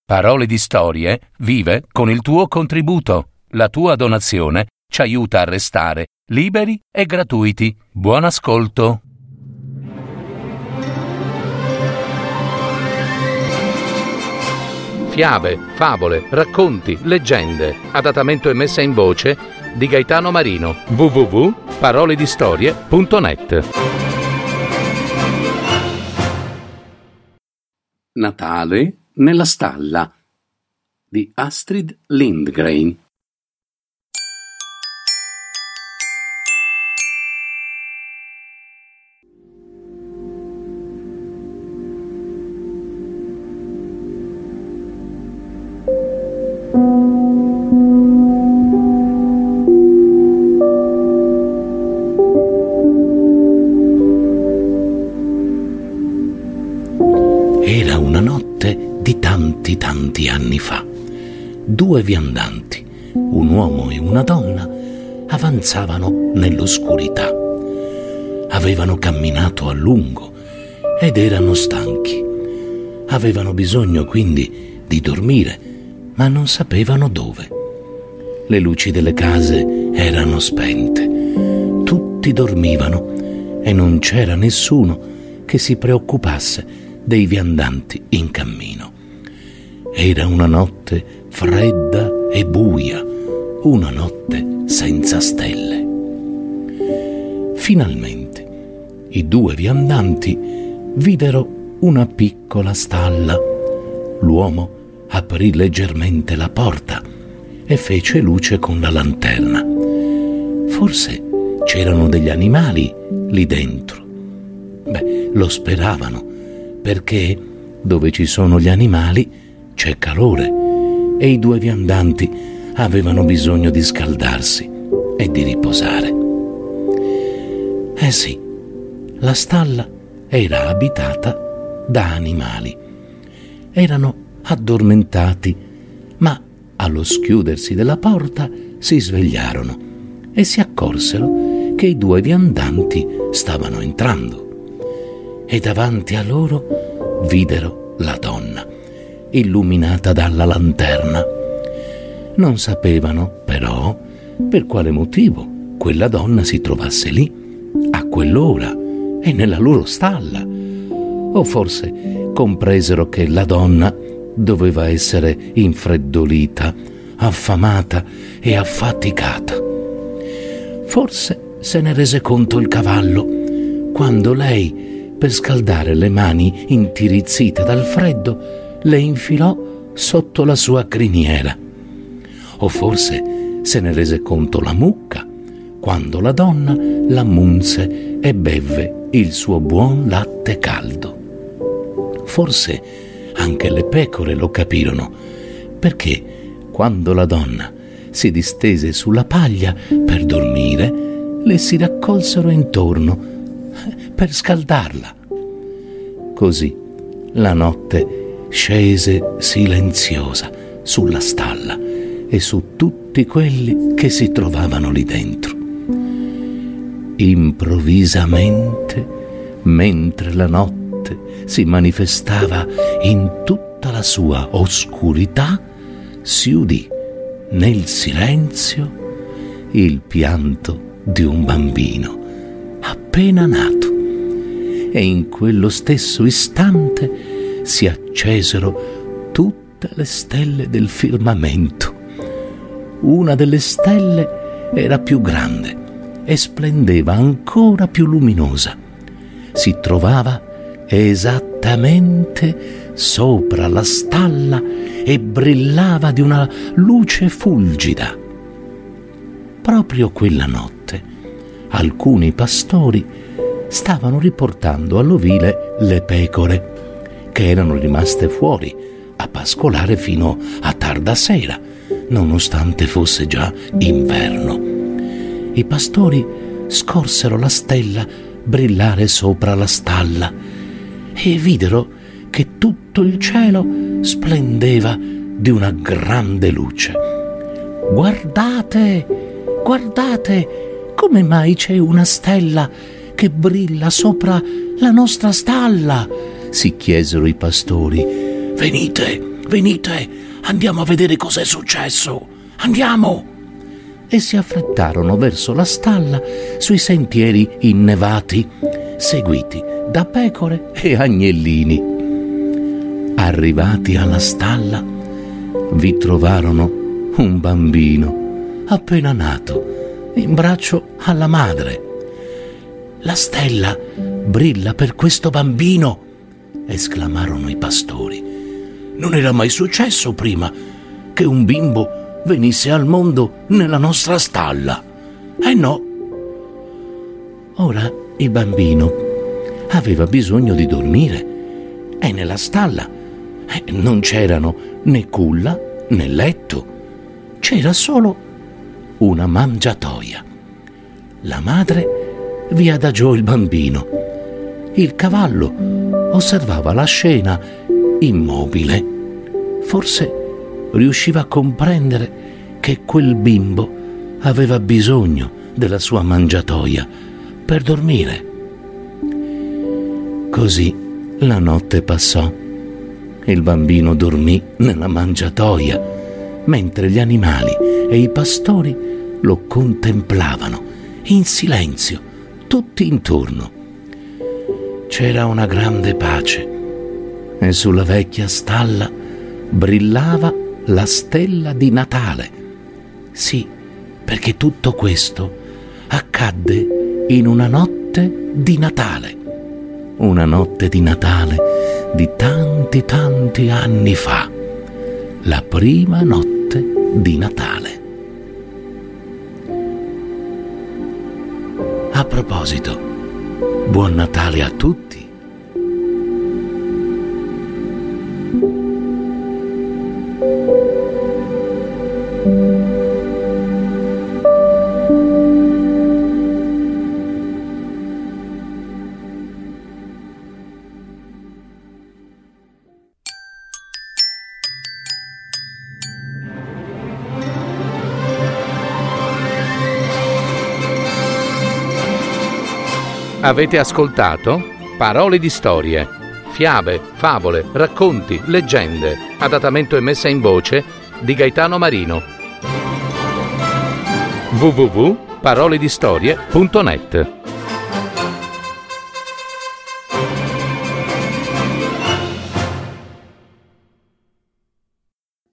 Parole di Storie vive con il tuo contributo. La tua donazione ci aiuta a restare liberi e gratuiti. Buon ascolto. Fiabe, favole, racconti, leggende. Adattamento e messa in voce di Gaetano Marino. www.paroledistorie.net. Natale nella stalla di Astrid Lindgren. Era una notte di tanti anni fa. 2 viandanti, un uomo e una donna, avanzavano nell'oscurità. Avevano camminato a lungo ed erano stanchi. Avevano bisogno quindi di dormire, ma non sapevano dove. Le luci delle case erano spente. Tutti dormivano e non c'era nessuno che si preoccupasse dei viandanti in cammino. Era una notte fredda e buia, una notte senza stelle. Finalmente i 2 viandanti videro una piccola stalla. L'uomo aprì leggermente la porta e fece luce con la lanterna. Forse c'erano degli animali lì dentro. Lo speravano, perché dove ci sono gli animali c'è calore e i 2 viandanti avevano bisogno di scaldarsi e di riposare. Sì, la stalla era abitata da animali. Erano addormentati, ma allo schiudersi della porta si svegliarono e si accorsero che i 2 viandanti stavano entrando. E davanti a loro videro la donna, illuminata dalla lanterna. Non sapevano, però, per quale motivo quella donna si trovasse lì, a quell'ora e nella loro stalla. O forse compresero che la donna doveva essere infreddolita, affamata e affaticata. Forse se ne rese conto il cavallo quando lei, per scaldare le mani intirizzite dal freddo, le infilò sotto la sua criniera. O forse se ne rese conto la mucca, quando la donna la munse e bevve il suo buon latte caldo. Forse anche le pecore lo capirono, perché quando la donna si distese sulla paglia per dormire, le si raccolsero intorno per scaldarla. Così la notte scese silenziosa sulla stalla e su tutti quelli che si trovavano lì dentro. Improvvisamente, mentre la notte si manifestava in tutta la sua oscurità, si udì nel silenzio il pianto di un bambino appena nato. E in quello stesso istante si accesero tutte le stelle del firmamento. Una delle stelle era più grande e splendeva ancora più luminosa. Si trovava esattamente sopra la stalla e brillava di una luce fulgida. Proprio quella notte alcuni pastori stavano riportando all'ovile le pecore, che erano rimaste fuori a pascolare fino a tarda sera, nonostante fosse già inverno. I pastori scorsero la stella brillare sopra la stalla e videro che tutto il cielo splendeva di una grande luce. «Guardate, guardate, come mai c'è una stella che brilla sopra la nostra stalla?» si chiesero i pastori. «Venite, venite, andiamo a vedere cos'è successo, andiamo!» E si affrettarono verso la stalla sui sentieri innevati, seguiti da pecore e agnellini. Arrivati alla stalla, vi trovarono un bambino appena nato in braccio alla madre. «La stella brilla per questo bambino!» esclamarono i pastori. «Non era mai successo prima che un bimbo venisse al mondo nella nostra stalla. No!» Ora il bambino aveva bisogno di dormire e nella stalla non c'erano né culla né letto, c'era solo una mangiatoia. La madre vi adagiò il bambino. Il cavallo osservava la scena immobile. Forse riusciva a comprendere che quel bimbo aveva bisogno della sua mangiatoia per dormire. Così la notte passò. Il bambino dormì nella mangiatoia, mentre gli animali e i pastori lo contemplavano in silenzio, tutti intorno. C'era una grande pace e sulla vecchia stalla brillava la stella di Natale. Sì, perché tutto questo accadde in una notte di Natale. Una notte di Natale di tanti anni fa. La prima notte di Natale. A proposito, buon Natale a tutti! Avete ascoltato Parole di storie, fiabe, favole, racconti, leggende, adattamento e messa in voce di Gaetano Marino. www.paroledistorie.net